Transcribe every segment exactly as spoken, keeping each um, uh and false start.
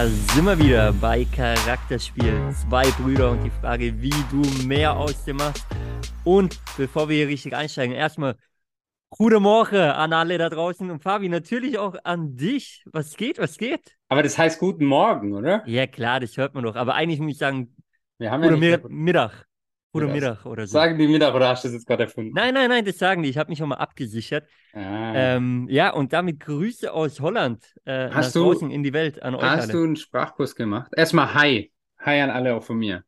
Da sind wir wieder bei Charakterspiel. Zwei Brüder und die Frage, wie du mehr aus dem machst. Und bevor wir hier richtig einsteigen, erstmal gute Morgen an alle da draußen und Fabi, natürlich auch an dich. Was geht, was geht? Aber das heißt guten Morgen, oder? Ja klar, das hört man doch. Aber eigentlich muss ich sagen, Wir haben ja gute nicht mehr Mi guten Mittag. Gute Mittag. Mittag oder so. Sagen die Mittag oder hast du das jetzt gerade erfunden? Nein, nein, nein, das sagen die. Ich habe mich schon mal abgesichert. Ah. Ähm, ja, und damit Grüße aus Holland äh, nach Hast draußen du, in die Welt an euch hast alle. du einen Sprachkurs gemacht? Erstmal Hi. Hi an alle auch von mir.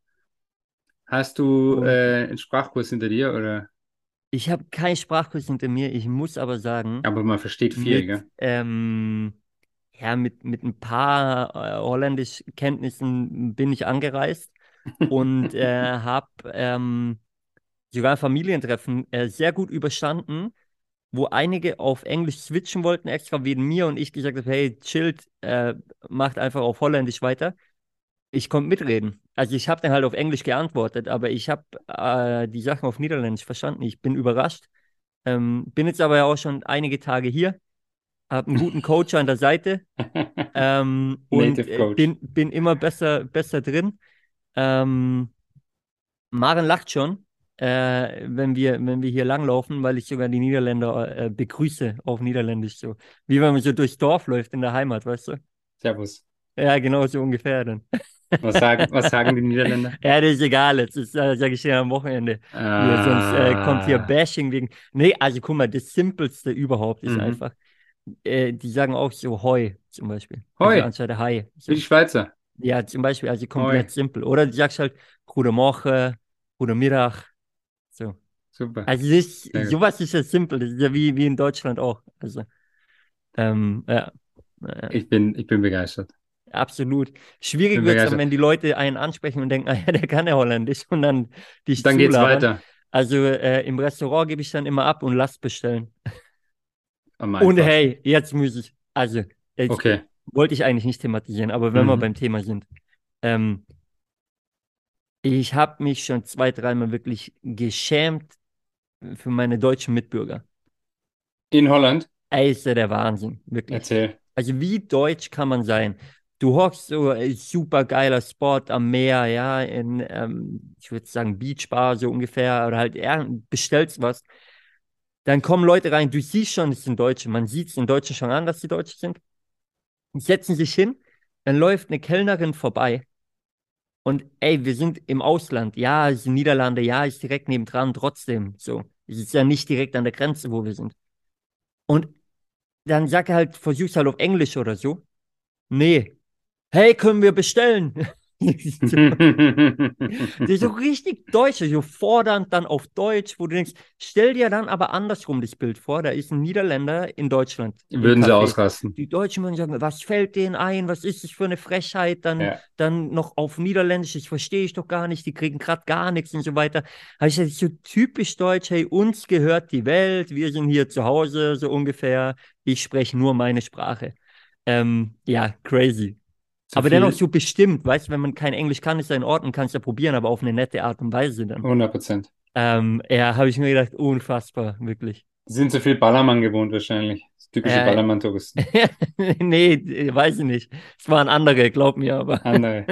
Hast du Und äh, einen Sprachkurs hinter dir oder? ich habe keinen Sprachkurs hinter mir. Ich muss aber sagen, Aber man versteht viel, mit, gell? ähm, ja, mit, mit ein paar äh, Holländischkenntnissen bin ich angereist und äh, habe ähm, sogar ein Familientreffen äh, sehr gut überstanden, wo einige auf Englisch switchen wollten, extra wegen mir und ich gesagt habe, hey, chillt, äh, macht einfach auf Holländisch weiter. Ich konnte mitreden. Also ich habe dann halt auf Englisch geantwortet, aber ich habe äh, die Sachen auf Niederländisch verstanden. Ich bin überrascht. Ähm, bin jetzt aber ja auch schon einige Tage hier, habe einen guten Coach an der Seite ähm, und Native äh, Coach. bin, bin immer besser, besser drin. Ähm, Maren lacht schon, äh, wenn wir, wenn wir hier langlaufen, weil ich sogar die Niederländer äh, begrüße auf Niederländisch so. Wie wenn man so durchs Dorf läuft in der Heimat, weißt du? Servus. Ja, genau so ungefähr dann. Was sagen, was sagen die Niederländer? Ja, das ist egal, jetzt ist, äh, sage ich dir am Wochenende. Hier, sonst äh, kommt hier Ah, Bashing wegen. Nee, also guck mal, das Simpelste überhaupt ist mhm. einfach, äh, die sagen auch so Hoi zum Beispiel. Also Hoi, anstatt Hi. wie die So. Schweizer. Ja, zum Beispiel, also komplett Hoi, simpel. Oder du sagst halt Goedemorgen, Goedemiddag. So. super. Also das ist, Sehr gut. sowas ist ja simpel. Das ist ja wie, wie in Deutschland auch. Also, ähm, ja, äh, Ich bin, ich bin begeistert. absolut. Schwierig Bin wird es dann, begeistert. wenn die Leute einen ansprechen und denken, ah ja, der kann ja Holländisch und dann dich Dann geht's zulabern. weiter. Also äh, im Restaurant gebe ich dann immer ab und lass bestellen. Am Und einfachsten. hey, jetzt muss ich, also, jetzt, äh, Okay. wollte ich eigentlich nicht thematisieren, aber wenn wir Mhm. beim Thema sind, ähm, ich habe mich schon zwei, dreimal wirklich geschämt für meine deutschen Mitbürger. In Holland? Ey, ist ja der Wahnsinn, wirklich. Erzähl. Also wie deutsch kann man sein? Du hockst so, ey, super geiler Spot am Meer, ja, in, ähm, ich würde sagen, Beachbar so ungefähr, oder halt, ja, bestellst was. Dann kommen Leute rein, du siehst schon, es sind Deutsche. Man sieht es den Deutschen schon an, dass sie Deutsche sind. Setzen sich hin, dann läuft eine Kellnerin vorbei. Und ey, wir sind im Ausland. Ja, es sind Niederlande, ja, ist direkt nebendran, trotzdem. So. Es ist ja nicht direkt an der Grenze, wo wir sind. Und dann sag er halt, versuch's halt auf Englisch oder so. Nee. Hey, können wir bestellen? So. Das ist so richtig deutsch, so fordernd dann auf Deutsch, wo du denkst, stell dir dann aber andersrum das Bild vor, da ist ein Niederländer in Deutschland im Würden sie Café. ausrasten. Die Deutschen würden sagen, was fällt denen ein, was ist das für eine Frechheit, dann, Ja. dann noch auf Niederländisch, das verstehe ich doch gar nicht, die kriegen gerade gar nichts und so weiter. Aber ich sage, so typisch deutsch, hey, uns gehört die Welt, wir sind hier zu Hause, so ungefähr, ich spreche nur meine Sprache. Ähm, ja, crazy. Zu Aber dennoch viel, so bestimmt, weißt du, wenn man kein Englisch kann, ist ja in Ordnung, kannst ja probieren, aber auf eine nette Art und Weise dann. hundert Prozent. Ähm, ja, habe ich mir gedacht, unfassbar, wirklich. Die sind zu viel Ballermann gewohnt wahrscheinlich. Typische Äh, Ballermann-Touristen. nee, weiß ich nicht. Es waren andere, glaub mir, aber. Andere.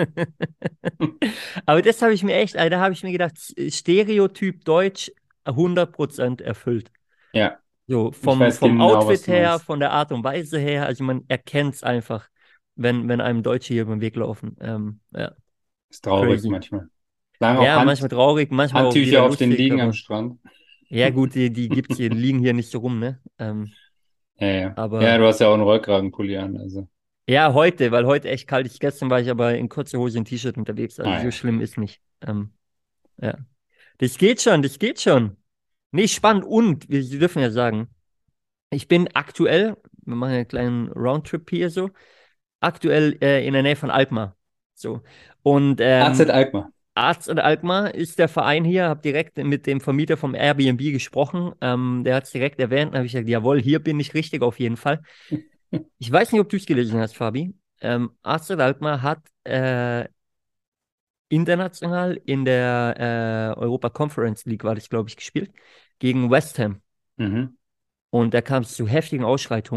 Aber das habe ich mir echt, äh, da habe ich mir gedacht, Stereotyp Deutsch hundert Prozent erfüllt. Ja, So, ich vom, weiß vom genau, was Outfit du her, meinst. von der Art und Weise her, also man erkennt es einfach, wenn, wenn einem Deutsche hier über den Weg laufen. Ähm, ja, Ist traurig crazy. manchmal. Lang auch Ja, manchmal Hand, traurig, manchmal auch wieder Handtücher auf den lustig, Liegen am aber Strand. ja, gut, die, die gibt's hier, die liegen hier nicht so rum, ne? Ähm, Ja, ja. Ja, aber du hast ja auch einen Rollkragenpulli an, also. ja, heute, weil heute echt kalt ist. Gestern war ich aber in kurzer Hose und T-Shirt unterwegs, also Ah so ja, schlimm schön. ist nicht. Ähm, ja, das geht schon, das geht schon. Nee, spannend und wir Sie dürfen ja sagen, ich bin aktuell, wir machen einen kleinen Roundtrip hier so, aktuell äh, in der Nähe von Alkmaar. So. Und A Z ähm, Alkmaar. Arzt in Alkmaar ist der Verein hier, habe direkt mit dem Vermieter vom Airbnb gesprochen. Ähm, der hat es direkt erwähnt. Dann habe ich gesagt, jawohl, hier bin ich richtig auf jeden Fall. Ich weiß nicht, ob du es gelesen hast, Fabi. Ähm, Arzt in Alkmaar hat äh, international in der äh, Europa Conference League, war das, glaube ich, gespielt, gegen West Ham. Mhm. Und da kam es zu heftigen Ausschreitungen.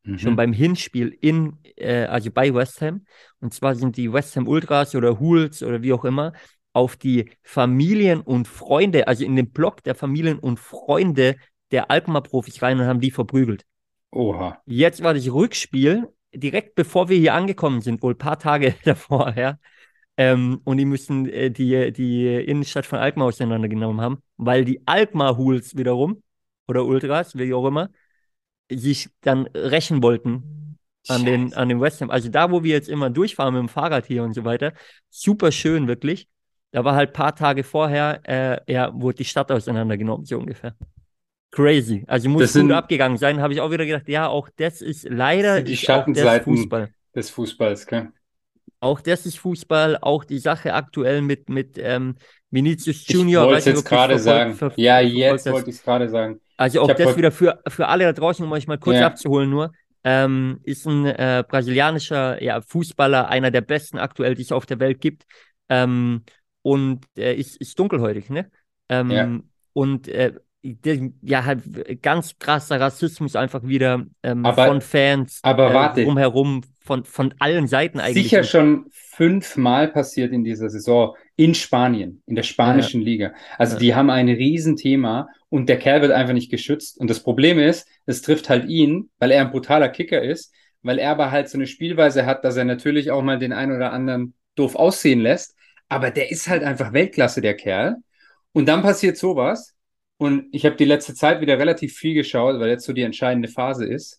schon Mhm. beim Hinspiel in, äh, also bei West Ham. Und zwar sind die West Ham Ultras oder Hools oder wie auch immer auf die Familien und Freunde, also in den Block der Familien und Freunde der Alkmaar-Profis rein und haben die verprügelt. Oha. Jetzt war das Rückspiel, direkt bevor wir hier angekommen sind, wohl ein paar Tage davor, ja. Ähm, und die müssen äh, die, die Innenstadt von Alkmaar auseinandergenommen haben, weil die Alkmaar-Hools wiederum, oder Ultras, wie auch immer, sich dann rächen wollten an den, Scheiße. an den West Ham. Also da, wo wir jetzt immer durchfahren mit dem Fahrrad hier und so weiter, super schön, wirklich. Da war halt ein paar Tage vorher, äh, ja, wurde die Stadt auseinandergenommen, so ungefähr. Crazy. Also muss Das gut sind, abgegangen sein, habe ich auch wieder gedacht, ja, auch das ist, das leider sind die ist auch das Schattenseiten Fußball. des Fußballs, gell? Auch das ist Fußball, auch die Sache aktuell mit, mit ähm, Vinicius Ich Junior, wollte es weiß nicht, jetzt ob du es gerade verfolgt, sagen. ver Ja, verfolgt jetzt hast. wollte ich es gerade sagen. Also Ich auch habe das heute, wieder für, für alle da draußen, um euch mal kurz ja, abzuholen nur, ähm, ist ein äh, brasilianischer ja, Fußballer, einer der besten aktuell, die es auf der Welt gibt. Ähm, und äh, ist, ist dunkelhäutig, ne? ja. Ähm, und äh, der, ja, halt ganz krasser Rassismus einfach wieder ähm, von Aber, Fans aber äh, warte, drumherum, von, von allen Seiten eigentlich. sicher Und schon fünfmal passiert in dieser Saison in Spanien, in der äh, spanischen Liga. Also äh, die haben ein Riesenthema und der Kerl wird einfach nicht geschützt. Und das Problem ist, es trifft halt ihn, weil er ein brutaler Kicker ist, weil er aber halt so eine Spielweise hat, dass er natürlich auch mal den einen oder anderen doof aussehen lässt. Aber der ist halt einfach Weltklasse, der Kerl. Und dann passiert sowas. Und ich habe die letzte Zeit wieder relativ viel geschaut, weil jetzt so die entscheidende Phase ist.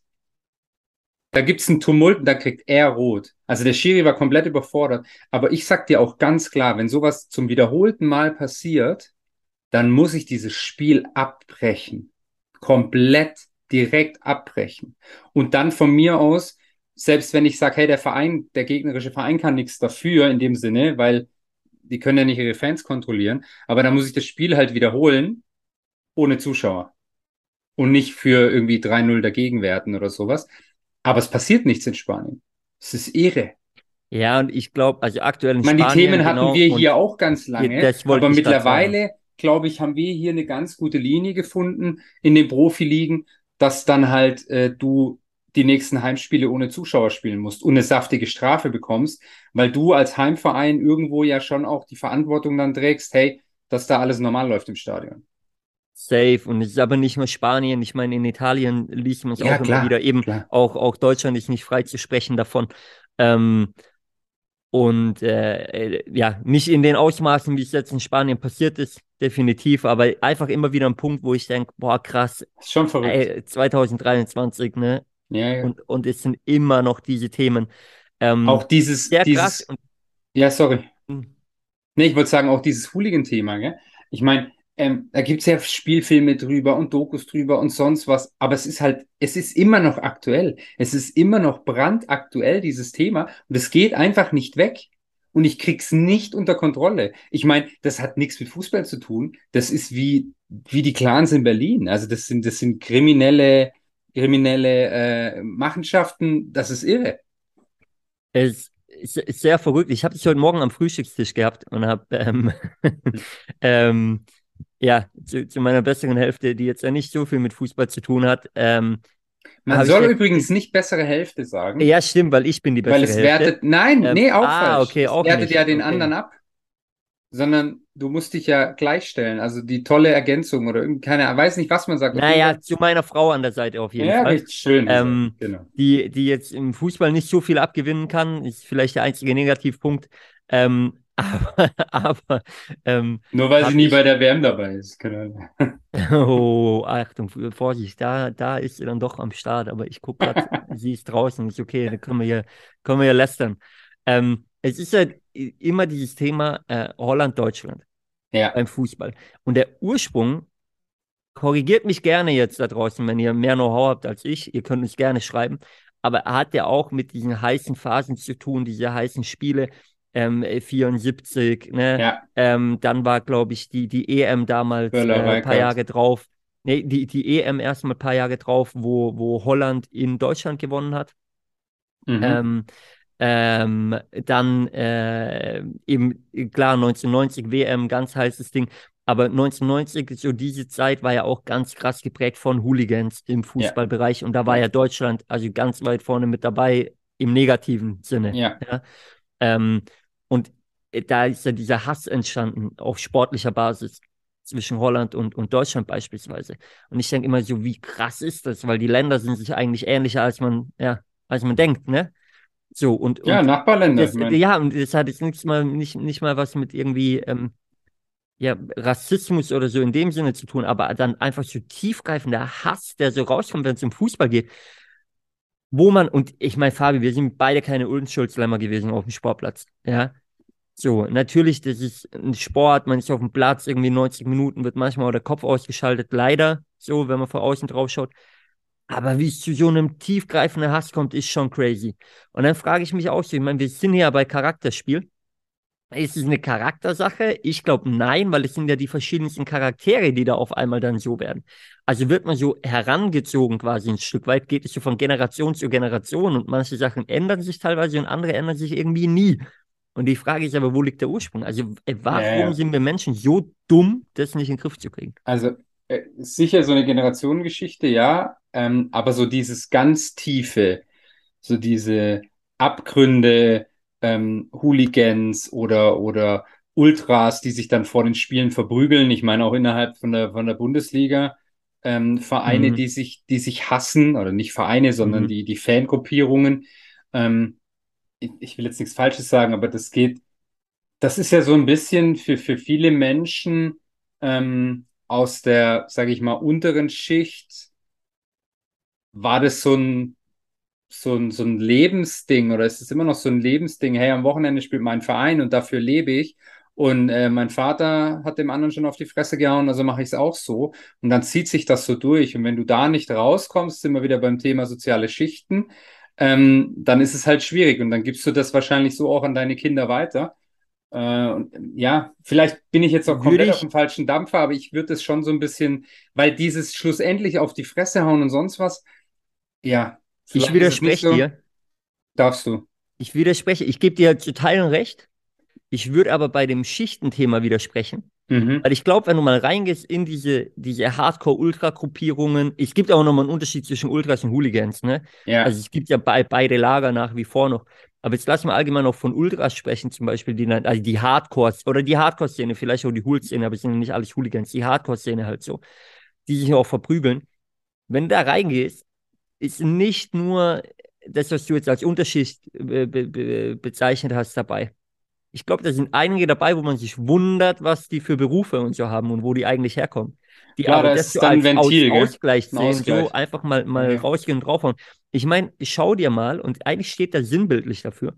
Da gibt es einen Tumult und da kriegt er rot. Also der Schiri war komplett überfordert. Aber ich sag dir auch ganz klar, wenn sowas zum wiederholten Mal passiert, dann muss ich dieses Spiel abbrechen. Komplett direkt abbrechen. Und dann von mir aus, selbst wenn ich sage, hey, der Verein, der gegnerische Verein kann nichts dafür in dem Sinne, weil die können ja nicht ihre Fans kontrollieren, aber dann muss ich das Spiel halt wiederholen ohne Zuschauer und nicht für irgendwie drei null dagegen werten oder sowas. Aber es passiert nichts in Spanien. Es ist irre. ja, und ich glaube, also aktuell in Ich meine, die Spanien, Themen hatten genau, wir und hier auch ganz je- lange, das aber wollte ich gerade sagen. mittlerweile, glaube ich, haben wir hier eine ganz gute Linie gefunden in den Profiligen, dass dann halt äh, du die nächsten Heimspiele ohne Zuschauer spielen musst und eine saftige Strafe bekommst, weil du als Heimverein irgendwo ja schon auch die Verantwortung dann trägst, hey, dass da alles normal läuft im Stadion. Safe. Und es ist aber nicht nur Spanien. Ich meine, in Italien liest man es Ja, auch immer klar, wieder. Eben klar. auch, auch Deutschland ist nicht frei zu sprechen davon. Ähm, und äh, äh, ja, nicht in den Ausmaßen, wie es jetzt in Spanien passiert ist, definitiv, aber einfach immer wieder ein Punkt, wo ich denke, boah, krass, Ist schon verrückt. ey, zwanzig dreiundzwanzig, ne? Ja, ja. Und, und es sind immer noch diese Themen. Auch Ähm, dieses, sehr krass. dieses, Und, ja, sorry. hm, Nee, ich wollte sagen, auch dieses Hooligan-Thema, gell? Ich meine, ähm, da gibt es ja Spielfilme drüber und Dokus drüber und sonst was, aber es ist halt, es ist immer noch aktuell. Es ist immer noch brandaktuell, dieses Thema, und es geht einfach nicht weg. Und ich krieg's nicht unter Kontrolle. Ich meine, das hat nichts mit Fußball zu tun. Das ist wie, wie die Clans in Berlin. Also das sind, das sind kriminelle, kriminelle äh, Machenschaften. Das ist irre. es ist, ist sehr verrückt. Ich habe dich heute Morgen am Frühstückstisch gehabt und habe ähm, ähm, ja, zu, zu meiner besseren Hälfte, die jetzt ja nicht so viel mit Fußball zu tun hat, ähm, Man habe ich soll gesagt, übrigens ist, nicht bessere Hälfte sagen. ja, stimmt, weil ich bin die Weil bessere es Hälfte. wertet, nein, Ähm, nee, auch ah, falsch. okay, Es auch wertet ja nicht. den Okay. anderen ab, sondern du musst dich ja gleichstellen. Also die tolle Ergänzung oder irgend- keine, weiß nicht, was man sagt. Auf jeden Naja, Fall. zu meiner Frau an der Seite auf jeden Ja, Fall. richtig schön gesagt. Ähm, Genau. die, die jetzt im Fußball nicht so viel abgewinnen kann, ist vielleicht der einzige Negativpunkt. Ähm, aber aber ähm, Nur weil sie habe nie bei ich, der W M dabei ist. Genau. oh, Achtung, Vorsicht, da, da ist sie dann doch am Start, aber ich gucke gerade, sie ist draußen, ist okay, da können wir hier, können wir hier lästern. Ähm, es ist halt i- immer dieses Thema äh, Holland-Deutschland Ja. beim Fußball. Und der Ursprung, korrigiert mich gerne jetzt da draußen, wenn ihr mehr Know-how habt als ich, ihr könnt uns gerne schreiben, aber hat ja auch mit diesen heißen Phasen zu tun, diese heißen Spiele, ähm, vierundsiebzig, ne? Ja. Ähm, dann war, glaube ich, die, die E M damals Böller äh, ein paar Rijkaard. Jahre drauf. Nee, die, die E M erstmal ein paar Jahre drauf, wo, wo Holland in Deutschland gewonnen hat. Mhm. Ähm, Ähm, dann äh, eben, klar, neunzehnhundertneunzig W M, ganz heißes Ding. Aber neunzehnhundertneunzig, so diese Zeit, war ja auch ganz krass geprägt von Hooligans im Ja, Fußballbereich. Und da war ja, ja Deutschland also ganz weit vorne mit dabei im negativen Sinne. ja. Ja? Ähm, und da ist ja dieser Hass entstanden auf sportlicher Basis zwischen Holland und, und Deutschland beispielsweise. Und ich denke immer so, wie krass ist das? Weil die Länder sind sich eigentlich ähnlicher, als man, ja, als man denkt, ne? So, und, Ja, und Nachbarländer, ich das, meine. ja, und das hat jetzt nichts mal, nicht, nicht mal was mit irgendwie ähm, ja, Rassismus oder so in dem Sinne zu tun, aber dann einfach so tiefgreifender Hass, der so rauskommt, wenn es um Fußball geht, wo man, und ich meine, Fabi, wir sind beide keine Unschuldslämmer gewesen auf dem Sportplatz, ja. So, natürlich, das ist ein Sport, man ist auf dem Platz, irgendwie neunzig Minuten, wird manchmal auch der Kopf ausgeschaltet, leider, so, wenn man von außen drauf schaut. Aber wie es zu so einem tiefgreifenden Hass kommt, ist schon crazy. Und dann frage ich mich auch so, ich meine, wir sind ja bei Charakterspiel. Ist es eine Charaktersache? Ich glaube nein, weil es sind ja die verschiedensten Charaktere, die da auf einmal dann so werden. Also wird man so herangezogen quasi ein Stück weit, geht es so von Generation zu Generation und manche Sachen ändern sich teilweise und andere ändern sich irgendwie nie. Und die Frage ist aber, wo liegt der Ursprung? Also äh, Ja, warum ja. sind wir Menschen so dumm, das nicht in den Griff zu kriegen? Also äh, sicher so eine Generationengeschichte, ja, ähm, aber so dieses ganz tiefe, so diese Abgründe, ähm, Hooligans oder, oder Ultras, die sich dann vor den Spielen verprügeln. Ich meine auch innerhalb von der, von der Bundesliga, ähm, Vereine, Mhm. die sich, die sich hassen, oder nicht Vereine, sondern Mhm. die, die Fangruppierungen. Ähm, ich, ich will jetzt nichts Falsches sagen, aber das geht, das ist ja so ein bisschen für, für viele Menschen ähm, aus der, sage ich mal, unteren Schicht, war das so ein so ein, so ein Lebensding oder ist es immer noch so ein Lebensding? Hey, am Wochenende spielt mein Verein und dafür lebe ich. Und äh, mein Vater hat dem anderen schon auf die Fresse gehauen, also mache ich es auch so. Und dann zieht sich das so durch. Und wenn du da nicht rauskommst, sind wir wieder beim Thema soziale Schichten, ähm, dann ist es halt schwierig. Und dann gibst du das wahrscheinlich so auch an deine Kinder weiter. Äh, und, ja, vielleicht bin ich jetzt auch Würde komplett auf ich, dem falschen Dampfer, aber ich würde es schon so ein bisschen, weil dieses schlussendlich auf die Fresse hauen und sonst was, ja, ich vielleicht ist es nicht widerspreche so. dir. Darfst du. Ich widerspreche. Ich gebe dir zu Teilen recht. Ich würde aber bei dem Schichtenthema widersprechen. Mhm. Weil ich glaube, wenn du mal reingehst in diese, diese Hardcore-Ultra-Gruppierungen, es gibt auch nochmal einen Unterschied zwischen Ultras und Hooligans, ne? Ja, Also es gibt ja bei, beide Lager nach wie vor noch. Aber jetzt lass mal allgemein noch von Ultras sprechen, zum Beispiel, die, dann- also die Hardcore, oder die Hardcore-Szene, vielleicht auch die Hool-Szene, aber es sind ja nicht alles Hooligans, die Hardcore-Szene halt so, die sich auch verprügeln. Wenn du da reingehst, ist nicht nur das, was du jetzt als Unterschicht be be be bezeichnet hast, dabei. Ich glaube, da sind einige dabei, wo man sich wundert, was die für Berufe und so haben und wo die eigentlich herkommen. Die klar, aber da das ist es so dann ein als Aus Ventil, gell? Ausgleich Ein sehen, so Ausgleich. einfach mal, mal Okay. rausgehen und draufhauen. Ich meine, schau dir mal, und eigentlich steht da sinnbildlich dafür,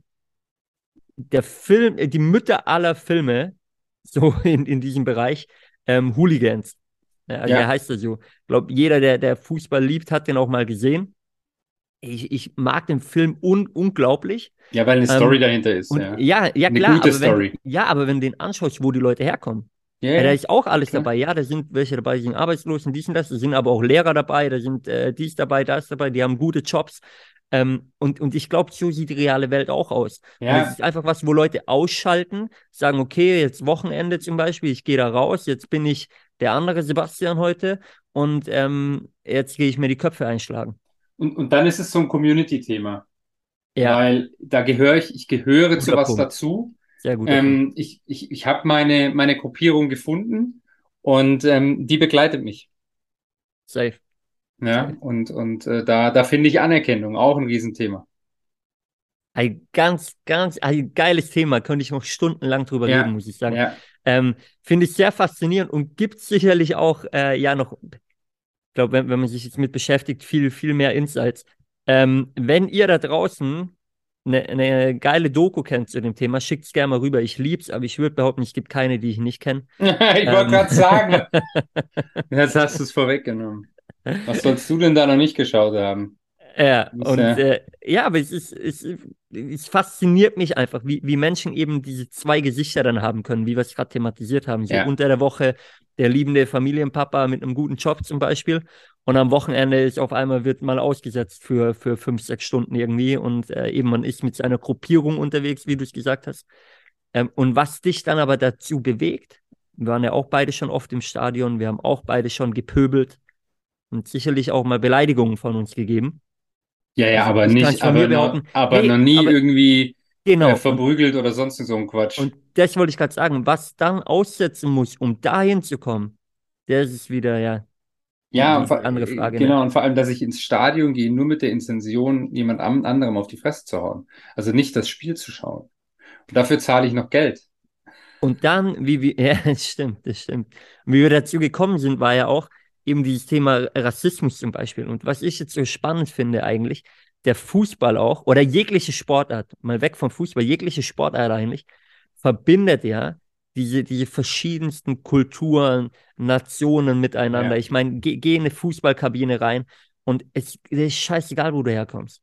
der Film, äh, die Mütter aller Filme, so in, in diesem Bereich, ähm, Hooligans. Ja, also der Ja, heißt ja so. Ich glaube, jeder, der, der Fußball liebt, hat den auch mal gesehen. Ich, ich mag den Film un unglaublich. ja, weil eine Story Ähm, dahinter ist, und ja. ja, ja Eine klar, gute aber wenn, Story. ja, aber wenn du den anschaust, wo die Leute herkommen, Ja, ja, da ja, ist auch alles klar. dabei. Ja, da sind welche dabei, die sind arbeitslos und dies und das. Da sind aber auch Lehrer dabei, da sind äh, dies dabei, das dabei, die haben gute Jobs. Ähm, und, und ich glaube, so sieht die reale Welt auch aus. Und es Ja, ist einfach was, wo Leute ausschalten, sagen, okay, jetzt Wochenende zum Beispiel, ich gehe da raus, jetzt bin ich der andere Sebastian heute und ähm, jetzt gehe ich mir die Köpfe einschlagen. und, und dann ist es so ein Community-Thema, Ja, weil da gehöre ich, ich gehöre zu guter was Punkt. dazu. Sehr guter Punkt. Ähm, ich ich, ich habe meine, meine Gruppierung gefunden und ähm, die begleitet mich. Safe, Ja, safe. und, und äh, da, da finde ich Anerkennung auch ein Riesenthema. Ein ganz, ganz ein geiles Thema, könnte ich noch stundenlang drüber reden, Ja, muss ich sagen. ja. Ähm, Finde ich sehr faszinierend und gibt sicherlich auch, äh, ja, noch, ich glaube, wenn, wenn man sich jetzt mit beschäftigt, viel, viel mehr Insights. Ähm, wenn ihr da draußen eine, eine geile Doku kennt zu dem Thema, schickt es gerne mal rüber. Ich lieb's, aber ich würde behaupten, es gibt keine, die ich nicht kenne. Ich wollte Ähm, gerade sagen, jetzt hast du es vorweggenommen. Was sollst du denn da noch nicht geschaut haben? Ja, Ist, und äh, äh, ja, aber es ist, es, es fasziniert mich einfach, wie, wie Menschen eben diese zwei Gesichter dann haben können, wie wir es gerade thematisiert haben. So ja. unter der Woche der liebende Familienpapa mit einem guten Job zum Beispiel. Und am Wochenende ist auf einmal, wird mal ausgesetzt für, für fünf, sechs Stunden irgendwie. Und äh, eben man ist mit seiner Gruppierung unterwegs, wie du es gesagt hast. Ähm, und was dich dann aber dazu bewegt, wir waren ja auch beide schon oft im Stadion, wir haben auch beide schon gepöbelt und sicherlich auch mal Beleidigungen von uns gegeben. Ja, ja, Also aber ich kann es nicht, von aber mir noch, behaupten. aber noch Nee, nie aber irgendwie äh, genau. Und, verprügelt oder sonst so ein Quatsch. und das wollte ich gerade sagen. Was dann aussetzen muss, um dahin zu kommen, das ist wieder ja die, Ja, die, und vor, die andere äh, Frage, ne? genau, und vor allem, dass ich ins Stadion gehe, nur mit der Intention, jemand am- anderem auf die Fresse zu hauen. Also nicht das Spiel zu schauen. Und dafür zahle ich noch Geld. Und dann, wie wir, ja, das stimmt, das stimmt. Und wie wir dazu gekommen sind, war ja auch eben dieses Thema Rassismus zum Beispiel. Und was ich jetzt so spannend finde eigentlich, der Fußball auch, oder jegliche Sportart, mal weg vom Fußball, jegliche Sportart eigentlich, verbindet ja diese, diese verschiedensten Kulturen, Nationen miteinander. Ja, Ich meine, geh, geh in eine Fußballkabine rein und es, es ist scheißegal, wo du herkommst.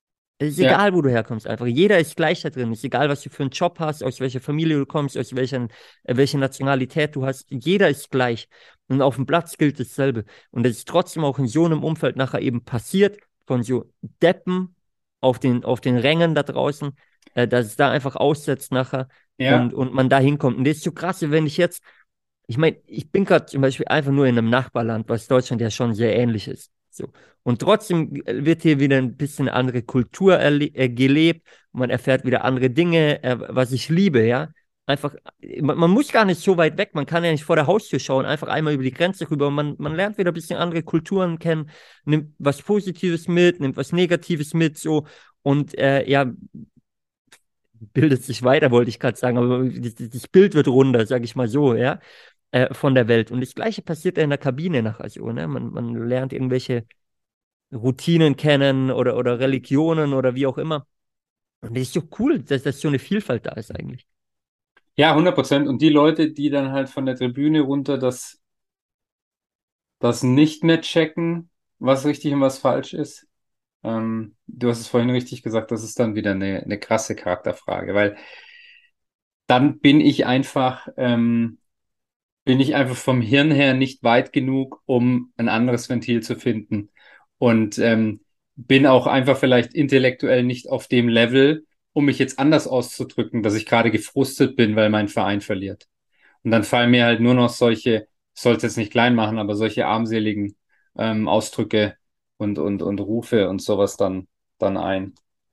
Es ist ja, egal, wo du herkommst, einfach. Jeder ist gleich da drin. Es ist egal, was du für einen Job hast, aus welcher Familie du kommst, aus welchen, äh, welche Nationalität du hast. Jeder ist gleich. Und auf dem Platz gilt dasselbe. Und es ist trotzdem auch in so einem Umfeld nachher eben passiert, von so Deppen auf den, auf den Rängen da draußen, äh, dass es da einfach aussetzt nachher ja, und, und man da hinkommt. Und das ist so krass, wenn ich jetzt, ich meine, ich bin gerade zum Beispiel einfach nur in einem Nachbarland, was Deutschland ja schon sehr ähnlich ist. So. Und trotzdem wird hier wieder ein bisschen andere Kultur erle- äh, gelebt. Man erfährt wieder andere Dinge, äh, was ich liebe, ja. Einfach, man, man muss gar nicht so weit weg, man kann ja nicht vor der Haustür schauen, einfach einmal über die Grenze rüber. Man, man lernt wieder ein bisschen andere Kulturen kennen, nimmt was Positives mit, nimmt was Negatives mit, so. Und äh, ja, bildet sich weiter, wollte ich gerade sagen, aber das, das Bild wird runder, sage ich mal so, ja, äh, von der Welt. Und das Gleiche passiert ja in der Kabine nachher so, ne? Man, man lernt irgendwelche Routinen kennen oder, oder Religionen oder wie auch immer. Und das ist so cool, dass, dass so eine Vielfalt da ist eigentlich. ja, hundert Prozent. Und die Leute, die dann halt von der Tribüne runter das, das nicht mehr checken, was richtig und was falsch ist, ähm, du hast es vorhin richtig gesagt, das ist dann wieder eine, eine krasse Charakterfrage, weil dann bin ich einfach, ähm, bin ich einfach vom Hirn her nicht weit genug, um ein anderes Ventil zu finden. Und ähm, bin auch einfach vielleicht intellektuell nicht auf dem Level, um mich jetzt anders auszudrücken, dass ich gerade gefrustet bin, weil mein Verein verliert. Und dann fallen mir halt nur noch solche, ich sollte es jetzt nicht klein machen, aber solche armseligen ähm, Ausdrücke und, und, und Rufe und sowas dann, dann ein.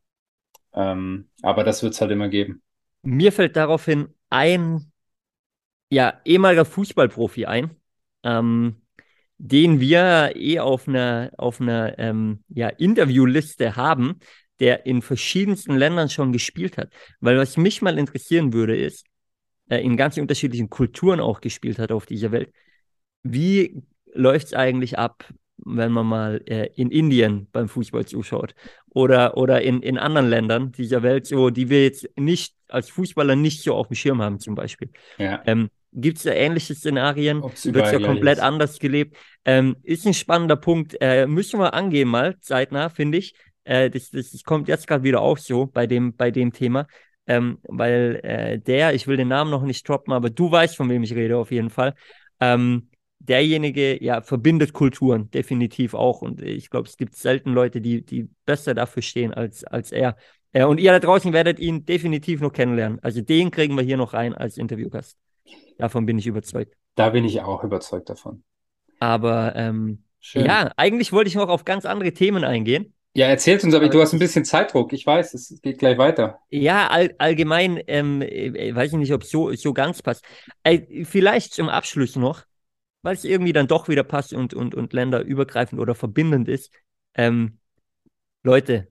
Ähm, aber das wird es halt immer geben. Mir fällt daraufhin ein, ja, ehemaliger Fußballprofi ein, ähm, den wir eh auf einer, auf einer ähm, ja, Interviewliste haben, der in verschiedensten Ländern schon gespielt hat. Weil was mich mal interessieren würde, ist, äh, in ganz unterschiedlichen Kulturen auch gespielt hat auf dieser Welt. Wie läuft es eigentlich ab, wenn man mal äh, in Indien beim Fußball zuschaut oder, oder in, in anderen Ländern dieser Welt, so, die wir jetzt nicht als Fußballer nicht so auf dem Schirm haben, zum Beispiel? Ja, Ähm, Gibt es da ähnliche Szenarien? ob es Wird es überall ja gleich komplett ist. anders gelebt? Ähm, ist ein spannender Punkt. Äh, müssen wir angehen mal, zeitnah, finde ich. Äh, das, das, das kommt jetzt gerade wieder auch so bei dem, bei dem Thema. Ähm, weil äh, der, ich will den Namen noch nicht droppen, aber du weißt, von wem ich rede, auf jeden Fall. Ähm, derjenige, ja, verbindet Kulturen, definitiv auch. Und ich glaube, es gibt selten Leute, die, die besser dafür stehen als, als er. Äh, und ihr da draußen werdet ihn definitiv noch kennenlernen. Also den kriegen wir hier noch rein als Interviewgast. Davon bin ich überzeugt. Da bin ich auch überzeugt davon. Aber ähm, Schön. ja, eigentlich wollte ich noch auf ganz andere Themen eingehen. Ja, erzähl's uns, aber Aber du hast ein ich, bisschen Zeitdruck. Ich weiß, es geht gleich weiter. ja, all, allgemein, ähm, äh, weiß ich nicht, ob es so, so ganz passt. Äh, vielleicht zum Abschluss noch, weil es irgendwie dann doch wieder passt und, und, und länderübergreifend oder verbindend ist. Ähm, Leute,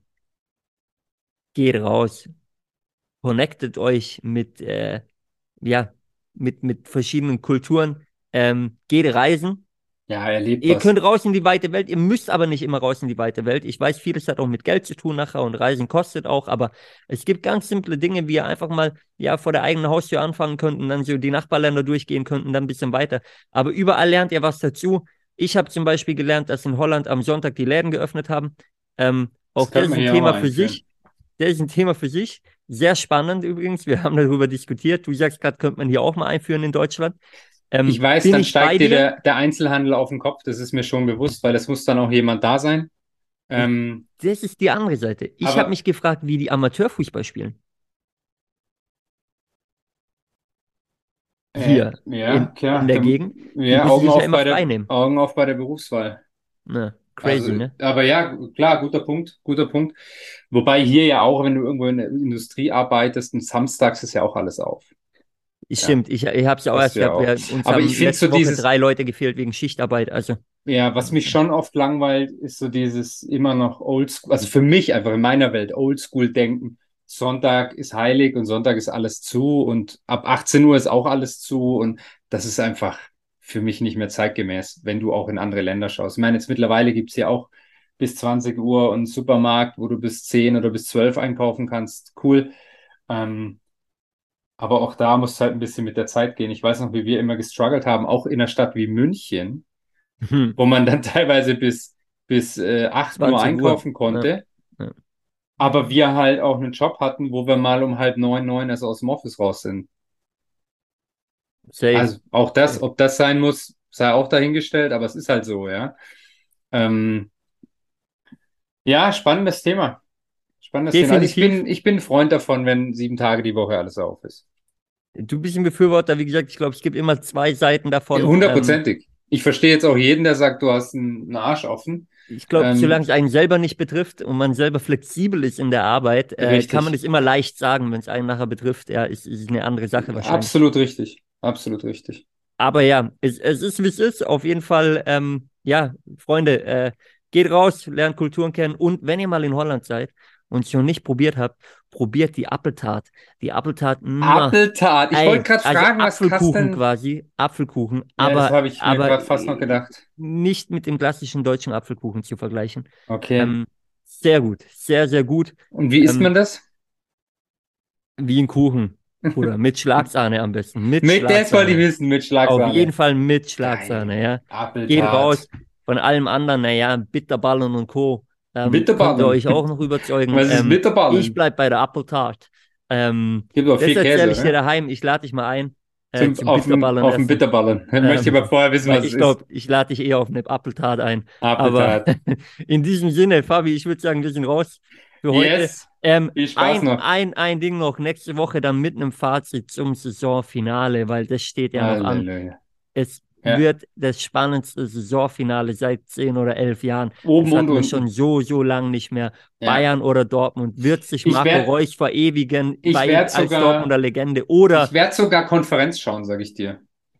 geht raus, connectet euch mit, äh, ja, mit, mit verschiedenen Kulturen, ähm, geht reisen. Ja, erlebt Ihr was. könnt raus in die weite Welt, ihr müsst aber nicht immer raus in die weite Welt. Ich weiß, vieles hat auch mit Geld zu tun nachher und Reisen kostet auch, aber es gibt ganz simple Dinge, wie ihr einfach mal ja vor der eigenen Haustür anfangen könnt und dann so die Nachbarländer durchgehen könnt und dann ein bisschen weiter. Aber überall lernt ihr was dazu. Ich habe zum Beispiel gelernt, dass in Holland am Sonntag die Läden geöffnet haben. Ähm, Auch Das das könnte ist man ein hier auch Thema mal für einführen. sich. Der ist ein Thema für sich. Sehr spannend übrigens. Wir haben darüber diskutiert. Du sagst gerade, könnte man hier auch mal einführen in Deutschland. Ich Ähm, weiß, bin dann ich bei steigt dir dir? der, der Einzelhandel auf den Kopf, das ist mir schon bewusst, weil es muss dann auch jemand da sein. Und Ähm, das ist die andere Seite. Ich habe aber mich gefragt, wie die Amateurfußball spielen. äh, Hier ja, in, in klar, der dann, Gegend. Die ja, müssen Augen sich ja auf immer bei frei der nehmen. Augen auf bei der Berufswahl. Na, Also, crazy, ne? aber ja, klar, guter Punkt, guter Punkt. Wobei hier ja auch, wenn du irgendwo in der Industrie arbeitest, und samstags ist ja auch alles auf. Ja, Stimmt, ich, ich habe es ja auch hast erst du ja gehabt. auch. Wir, uns Aber haben ich finde so letzte Woche dieses, drei Leute gefehlt wegen Schichtarbeit. Also, ja, was mich schon oft langweilt, ist so dieses immer noch Oldschool, also für mich einfach in meiner Welt Oldschool-Denken. Sonntag ist heilig und Sonntag ist alles zu und ab achtzehn Uhr ist auch alles zu und das ist einfach für mich nicht mehr zeitgemäß, wenn du auch in andere Länder schaust. Ich meine, jetzt mittlerweile gibt's ja auch bis zwanzig Uhr einen Supermarkt, wo du bis zehn oder bis zwölf einkaufen kannst. Cool. Ähm, aber auch da muss es halt ein bisschen mit der Zeit gehen. Ich weiß noch, wie wir immer gestruggelt haben, auch in einer Stadt wie München, hm, wo man dann teilweise bis, bis äh, acht nur zwanzig Uhr. einkaufen Ja, konnte, ja. aber wir halt auch einen Job hatten, wo wir mal um halb neun, neun erst aus dem Office raus sind. Safe. Also auch das, Safe. ob das sein muss, sei auch dahingestellt, aber es ist halt so, ja. Ähm, ja, spannendes Thema. Spannendes Thema. Also ich Definitiv. bin, ich bin ein Freund davon, wenn sieben Tage die Woche alles auf ist. Du bist ein Befürworter, wie gesagt, ich glaube, es gibt immer zwei Seiten Ja, davon. Ähm, hundertprozentig. Ich verstehe jetzt auch jeden, der sagt, du hast einen, einen Arsch offen. ich glaube, solange Ähm, es einen selber nicht betrifft und man selber flexibel ist in der Arbeit, äh, kann man richtig. das immer leicht sagen. Wenn es einen nachher betrifft, ja, ist, ist eine andere Sache wahrscheinlich. Absolut richtig. Absolut richtig. Aber ja, es, es ist, wie es ist. Auf jeden Fall, ähm, ja, Freunde, äh, geht raus, lernt Kulturen kennen. Und wenn ihr mal in Holland seid und es noch nicht probiert habt, probiert die Appeltart. Die Appeltart, muah, Appeltart. Ich wollte ey, gerade also fragen, was Apfelkuchen Kasten. quasi, Apfelkuchen, Ja, das aber, habe ich mir aber gerade fast noch äh, gedacht. nicht mit dem klassischen deutschen Apfelkuchen zu vergleichen. Okay. Ähm, sehr gut, sehr, sehr gut. Und wie isst Ähm, man das? wie ein Kuchen, Bruder, mit Schlagsahne am besten, mit Mit, das wollte ich Schlagsahne. wissen, mit Auf jeden Schlagsahne. Fall mit Geil. Schlagsahne, ja. Geht Appeltart. raus. Von allem anderen, naja, Bitterballen und Co. Ähm, könnt ihr Bitterballen. euch auch noch überzeugen. Was ist Ähm, ich Bitterballen? bleib bei der Appeltart. Ähm, Gibt auch das viel erzähle Käse, ich dir oder? daheim. Ich lade dich mal ein äh, Zum, zum auf dem, Bitterballen auf dem essen. Bitterballen. Ich möchte Ähm, aber vorher wissen, weil was es ich ist. glaube, ich lade dich eher auf eine Appeltart ein. Aber Appeltart. in diesem Sinne, Fabi, ich würde sagen, wir sind raus für heute. Yes. Ähm, Viel Spaß ein, noch. ein, ein Ding noch, nächste Woche dann mit einem Fazit zum Saisonfinale, weil das steht ja noch an. Halleluja. Es Ja. wird das spannendste Saisonfinale seit zehn oder elf Jahren. Oben Das und hatten wir schon unten. so, so lang nicht mehr. Ja. Bayern oder Dortmund. Wird sich Ich Marco werde Reus verewigen ich bei, werd als sogar, Dortmunder Legende? ich Oder werd sogar Konferenz schauen, sage ich dir.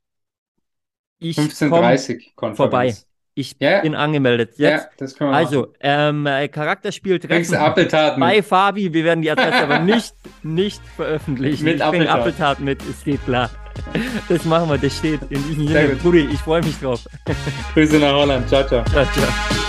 ich komme fünfzehn Uhr dreißig vorbei. Konferenz. Ich Ja, ja, bin angemeldet. ja, Jetzt, das können wir also, machen. ähm, äh, Charakterspiel Bringst du treffen Appeltart bei mit? Fabi. Wir werden die Adresse aber nicht, nicht veröffentlichen. Mit Ich bringe Appeltart. Appeltat mit, es steht klar. Das machen wir, das steht in diesem Sehr Sinne. gut. Brudi, ich freue mich drauf. Grüße nach Holland. Ciao, ciao. Ciao, ciao.